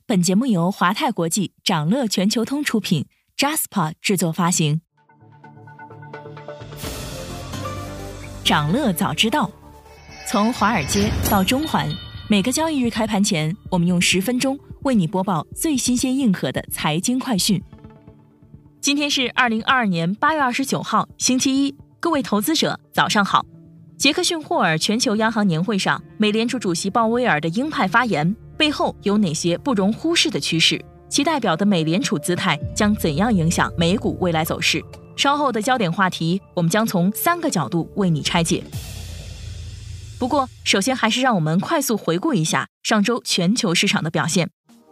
本节目由华泰国际、掌乐全球通出品 ，Jaspa 制作发行。掌乐早知道，从华尔街到中环，每个交易日开盘前，我们用10分钟为你播报最新鲜硬核的财经快讯。今天是2022年8月29号，星期一，各位投资者早上好。杰克逊霍尔全球央行年会上，美联储主席鲍威尔的鹰派发言背后有哪些不容忽视的趋势？其代表的美联储姿态将怎样影响美股未来走势？稍后的焦点话题，我们将从3个角度为你拆解。不过，首先还是让我们快速回顾一下上周全球市场的表现。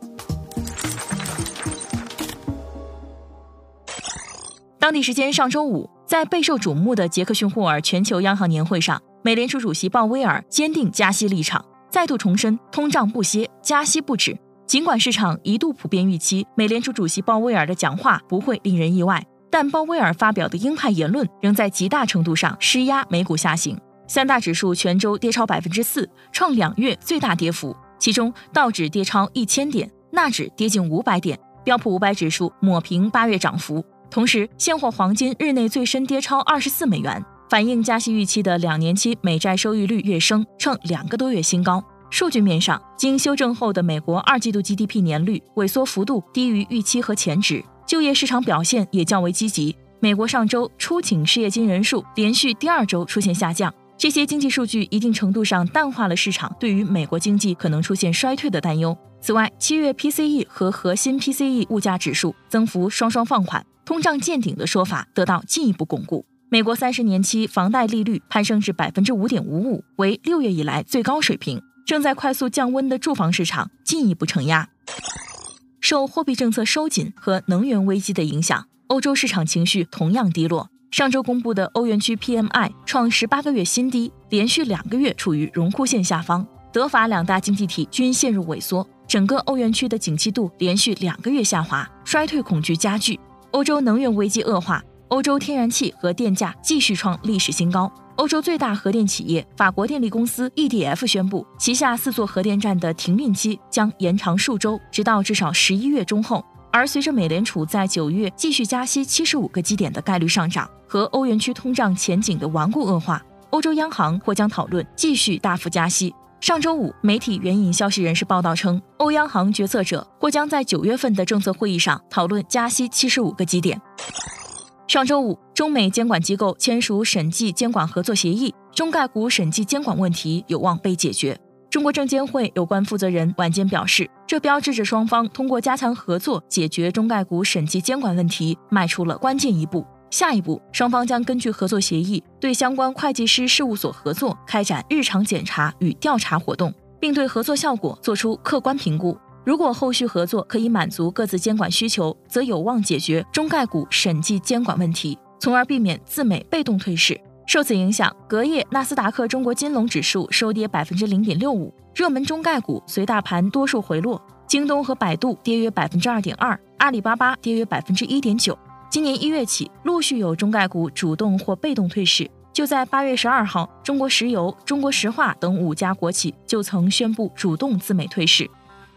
当地时间上周五，在备受瞩目的杰克逊霍尔全球央行年会上，美联储主席鲍威尔坚定加息立场，再度重申通胀不歇，加息不止。尽管市场一度普遍预期美联储主席鲍威尔的讲话不会令人意外，但鲍威尔发表的鹰派言论仍在极大程度上施压美股下行。3大指数全周跌超 4%， 创2月最大跌幅，其中道指跌超1000点，纳指跌近500点，标普500指数抹平8月涨幅。同时，现货黄金日内最深跌超24美元，反映加息预期的2年期美债收益率跃升，创2个多月新高。数据面上，经修正后的美国2季度 GDP 年率萎缩幅度低于预期和前值，就业市场表现也较为积极。美国上周初请失业金人数连续第2周出现下降，这些经济数据一定程度上淡化了市场对于美国经济可能出现衰退的担忧。此外，7月 PCE 和核心 PCE 物价指数增幅双放缓，通胀见顶的说法得到进一步巩固。美国30年期房贷利率攀升至 5.55%， 为6月以来最高水平，正在快速降温的住房市场进一步承压。受货币政策收紧和能源危机的影响，欧洲市场情绪同样低落。上周公布的欧元区 PMI 创18个月新低，连续2个月处于荣枯线下方。德法2大经济体均陷入萎缩，整个欧元区的景气度连续2个月下滑，衰退恐惧加剧。欧洲能源危机恶化，欧洲天然气和电价继续创历史新高。欧洲最大核电企业法国电力公司 EDF 宣布，旗下4座核电站的停运期将延长数周，直到至少11月中后。而随着美联储在9月继续加息75个基点的概率上涨，和欧元区通胀前景的顽固恶化，欧洲央行或将讨论继续大幅加息。上周五，媒体援引消息人士报道称，欧央行决策者或将在9月份的政策会议上讨论加息75个基点。上周五，中美监管机构签署审计监管合作协议，中概股审计监管问题有望被解决。中国证监会有关负责人晚间表示，这标志着双方通过加强合作解决中概股审计监管问题迈出了关键一步。下一步，双方将根据合作协议对相关会计师事务所合作开展日常检查与调查活动，并对合作效果做出客观评估。如果后续合作可以满足各自监管需求，则有望解决中概股审计监管问题，从而避免自美被动退市。受此影响，隔夜纳斯达克中国金龙指数收跌 0.65%， 热门中概股随大盘多数回落，京东和百度跌约 2.2%， 阿里巴巴跌约 1.9%。今年1月起，陆续有中概股主动或被动退市。就在8月12号，中国石油、中国石化等5家国企就曾宣布主动自美退市。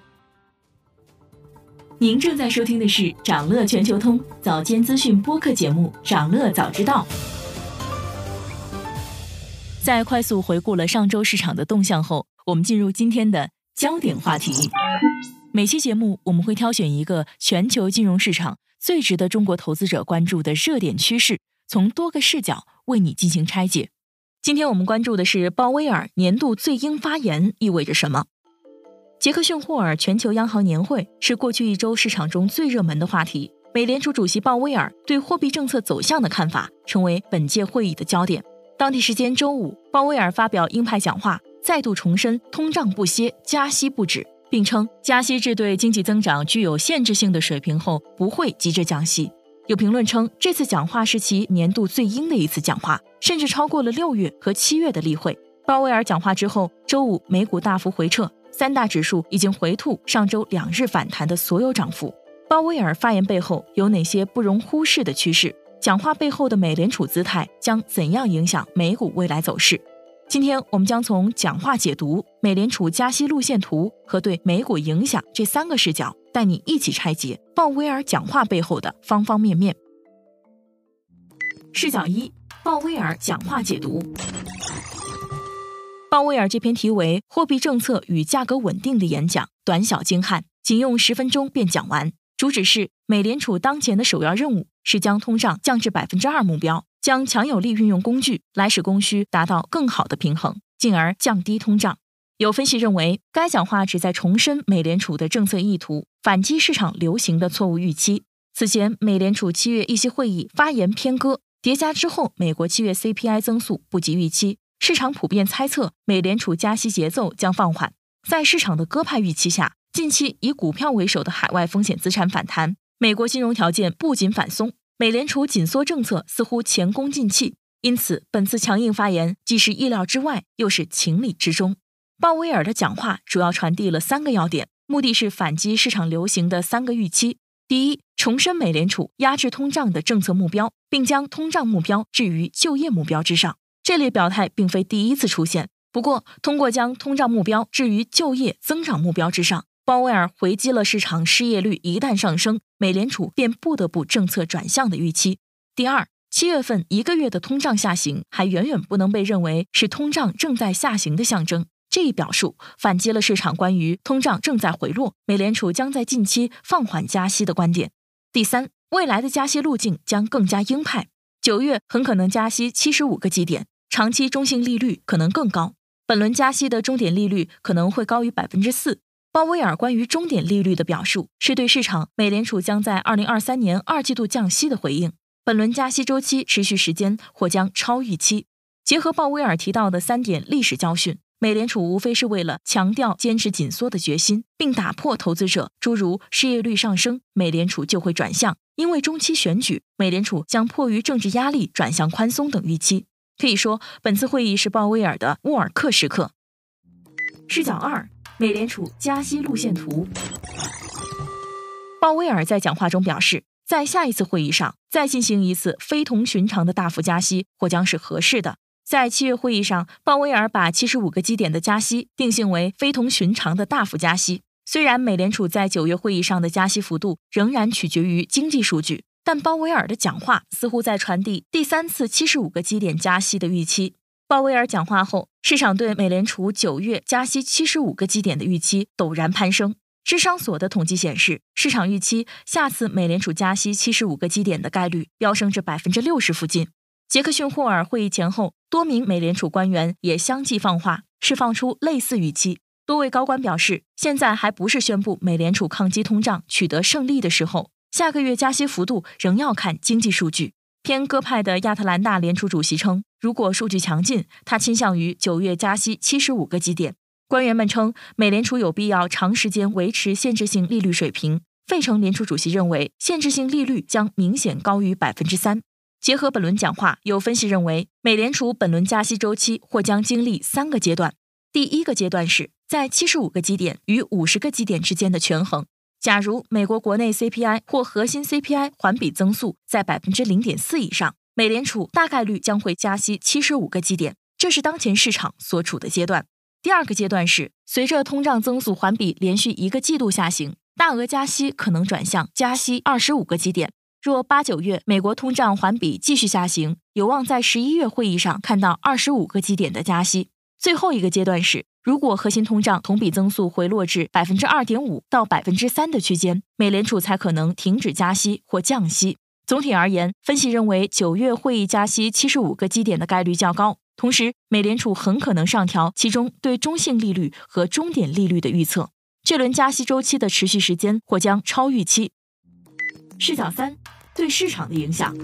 您正在收听的是掌乐全球通早间资讯播客节目《掌乐早知道》。在快速回顾了上周市场的动向后，我们进入今天的焦点话题。每期节目我们会挑选一个全球金融市场最值得中国投资者关注的热点趋势，从多个视角为你进行拆解。今天我们关注的是鲍威尔年度最鹰发言意味着什么。杰克逊霍尔全球央行年会是过去1周市场中最热门的话题，美联储主席鲍威尔对货币政策走向的看法成为本届会议的焦点。当地时间周五，鲍威尔发表鹰派讲话，再度重申通胀不歇，加息不止，并称加息至对经济增长具有限制性的水平后不会急着降息。有评论称，这次讲话是其年度最鹰的一次讲话，甚至超过了6月和7月的例会。鲍威尔讲话之后，周五美股大幅回撤，3大指数已经回吐上周2日反弹的所有涨幅。鲍威尔发言背后有哪些不容忽视的趋势？讲话背后的美联储姿态将怎样影响美股未来走势？ 今天我们将从讲话解读、美联储加息路线图和对美股影响这3个视角，带你一起拆解鲍威尔讲话背后的方方面面。视角1：鲍威尔讲话解读。鲍威尔这篇题为《货币政策与价格稳定》的演讲短小精悍，仅用10分钟便讲完。主旨是美联储当前的首要任务是将通胀降至 2% 目标，将强有力运用工具来使供需达到更好的平衡，进而降低通胀。有分析认为，该讲话旨在重申美联储的政策意图，反击市场流行的错误预期。此前，美联储7月议息会议发言偏鸽，叠加之后美国7月 CPI 增速不及预期，市场普遍猜测美联储加息节奏将放缓。在市场的鸽派预期下，近期以股票为首的海外风险资产反弹，美国金融条件不仅反松，美联储紧缩政策似乎前功尽弃，因此本次强硬发言既是意料之外，又是情理之中。鲍威尔的讲话主要传递了3个要点，目的是反击市场流行的3个预期。第一，重申美联储压制通胀的政策目标，并将通胀目标置于就业目标之上。这类表态并非第一次出现，不过通过将通胀目标置于就业增长目标之上，鲍威尔回击了市场失业率一旦上升，美联储便不得不政策转向的预期。第二，7月份1个月的通胀下行还远远不能被认为是通胀正在下行的象征，这一表述反击了市场关于通胀正在回落，美联储将在近期放缓加息的观点。第三，未来的加息路径将更加鹰派，9月很可能加息75个基点，长期中性利率可能更高，本轮加息的终点利率可能会高于 4%。鲍威尔关于终点利率的表述是对市场美联储将在2023年2季度降息的回应，本轮加息周期持续时间或将超预期。结合鲍威尔提到的3点历史教训，美联储无非是为了强调坚持紧缩的决心，并打破投资者诸如失业率上升美联储就会转向，因为中期选举美联储将迫于政治压力转向宽松等预期。可以说本次会议是鲍威尔的沃尔克时刻。视角2：美联储加息路线图。鲍威尔在讲话中表示，在下一次会议上再进行一次非同寻常的大幅加息或将是合适的。在7月会议上，鲍威尔把75个基点的加息定性为非同寻常的大幅加息。虽然美联储在9月会议上的加息幅度仍然取决于经济数据，但鲍威尔的讲话似乎在传递第3次75个基点加息的预期。鲍威尔讲话后，市场对美联储9月加息75个基点的预期陡然攀升。智商所的统计显示，市场预期下次美联储加息75个基点的概率飙升至 60% 附近。杰克逊霍尔会议前后，多名美联储官员也相继放话，释放出类似预期。多位高官表示，现在还不是宣布美联储抗击通胀取得胜利的时候，下个月加息幅度仍要看经济数据。偏鸽派的亚特兰大联储主席称，如果数据强劲，他倾向于9月加息75个基点。官员们称，美联储有必要长时间维持限制性利率水平。费城联储主席认为，限制性利率将明显高于 3%。结合本轮讲话，有分析认为，美联储本轮加息周期或将经历3个阶段。第一个阶段是在75个基点与50个基点之间的权衡。假如美国国内 CPI 或核心 CPI 环比增速在 0.4% 以上，美联储大概率将会加息75个基点，这是当前市场所处的阶段。第二个阶段是随着通胀增速环比连续1个季度下行，大额加息可能转向加息25个基点。若8、9月美国通胀环比继续下行，有望在11月会议上看到25个基点的加息。最后一个阶段是，如果核心通胀同比增速回落至 2.5% 到 3% 的区间，美联储才可能停止加息或降息。总体而言，分析认为9月会议加息75个基点的概率较高，同时美联储很可能上调其中对中性利率和终点利率的预测。这轮加息周期的持续时间或将超预期。视角3：对市场的影响。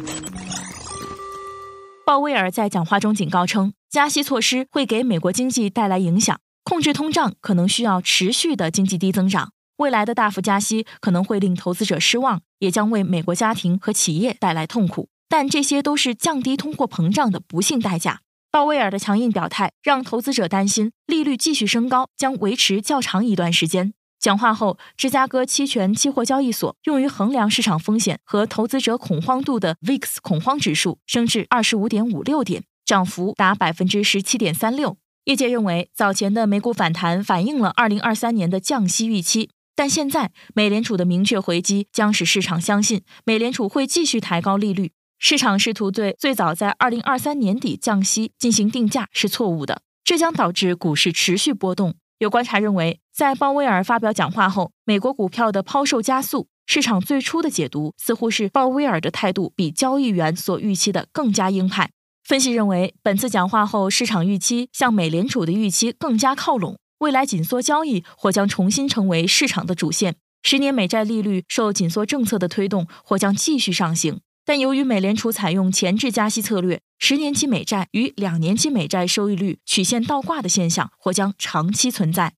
鲍威尔在讲话中警告称，加息措施会给美国经济带来影响，控制通胀可能需要持续的经济低增长，未来的大幅加息可能会令投资者失望，也将为美国家庭和企业带来痛苦，但这些都是降低通货膨胀的不幸代价。鲍威尔的强硬表态让投资者担心利率继续升高将维持较长一段时间。讲话后，芝加哥期权期货交易所用于衡量市场风险和投资者恐慌度的 VIX 恐慌指数升至 25.56 点， 涨幅达 17.36%。业界认为，早前的美股反弹反映了2023年的降息预期，但现在美联储的明确回击将使市场相信美联储会继续抬高利率。市场试图对最早在2023年底降息进行定价是错误的，这将导致股市持续波动。有观察认为，在鲍威尔发表讲话后，美国股票的抛售加速。市场最初的解读似乎是鲍威尔的态度比交易员所预期的更加鹰派。分析认为，本次讲话后，市场预期向美联储的预期更加靠拢，未来紧缩交易或将重新成为市场的主线。10年美债利率受紧缩政策的推动，或将继续上行。但由于美联储采用前置加息策略，10年期美债与2年期美债收益率曲线倒挂的现象或将长期存在。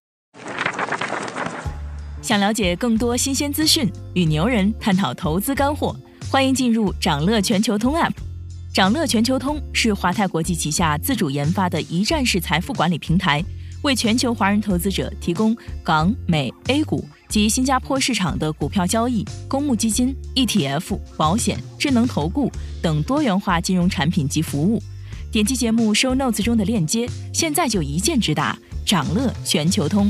想了解更多新鲜资讯，与牛人探讨投资干货，欢迎进入长乐全球通 App。长乐全球通是华泰国际旗下自主研发的一站式财富管理平台，为全球华人投资者提供港、美、A 股及新加坡市场的股票交易、公募基金、ETF、保险、智能投顾等多元化金融产品及服务。点击节目 show notes 中的链接，现在就一键直达长乐全球通。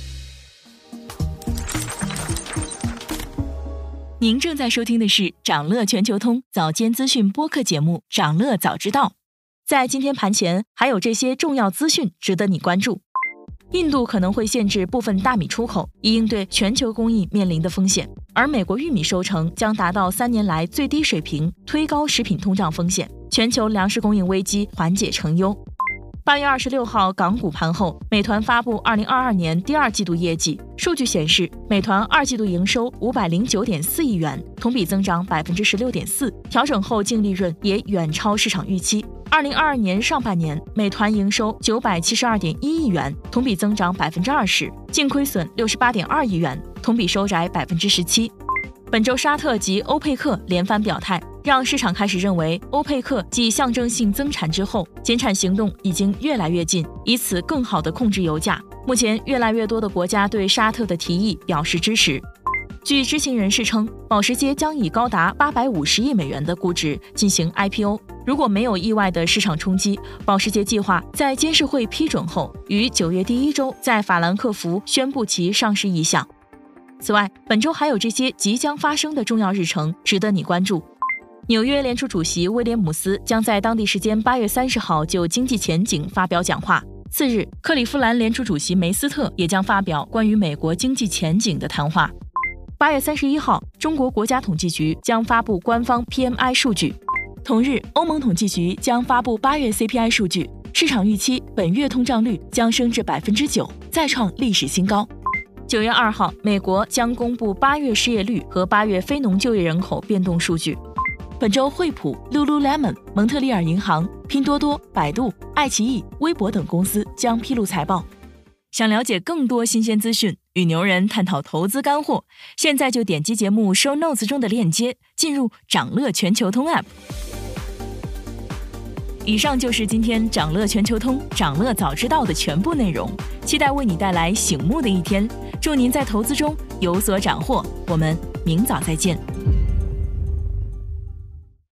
您正在收听的是长乐全球通早间资讯播客节目《长乐早知道》。在今天盘前，还有这些重要资讯值得你关注。印度可能会限制部分大米出口，以应对全球供应面临的风险，而美国玉米收成将达到3年来最低水平，推高食品通胀风险，全球粮食供应危机缓解成忧。8月26号港股盘后，美团发布2022年第二季度业绩。数据显示，美团2季度营收509.4亿元，同比增长 16.4%， 调整后净利润也远超市场预期。2022年上半年，美团营收972.1亿元，同比增长 20%， 净亏损68.2亿元，同比收窄 17%。本周沙特及欧佩克连番表态，让市场开始认为欧佩克继象征性增产之后，减产行动已经越来越近，以此更好地控制油价。目前越来越多的国家对沙特的提议表示支持。据知情人士称，保时捷将以高达850亿美元的估值进行 IPO。如果没有意外的市场冲击，保时捷计划在监事会批准后，于9月第1周在法兰克福宣布其上市意向。此外，本周还有这些即将发生的重要日程值得你关注。纽约联储主席威廉姆斯将在当地时间8月30号就经济前景发表讲话。次日，克利夫兰联储主席梅斯特也将发表关于美国经济前景的谈话。8月31号，中国国家统计局将发布官方 PMI 数据。同日，欧盟统计局将发布8月 CPI 数据，市场预期本月通胀率将升至 9%， 再创历史新高。9月2号，美国将公布8月失业率和8月非农就业人口变动数据。本周，惠普、Lululemon、蒙特利尔银行、拼多多、百度、爱奇艺、微博等公司将披露财报。想了解更多新鲜资讯，与牛人探讨投资干货，现在就点击节目 show notes 中的链接，进入长乐全球通 App。以上就是今天长乐全球通长乐早知道的全部内容，期待为你带来醒目的一天。祝您在投资中有所斩获，我们明早再见。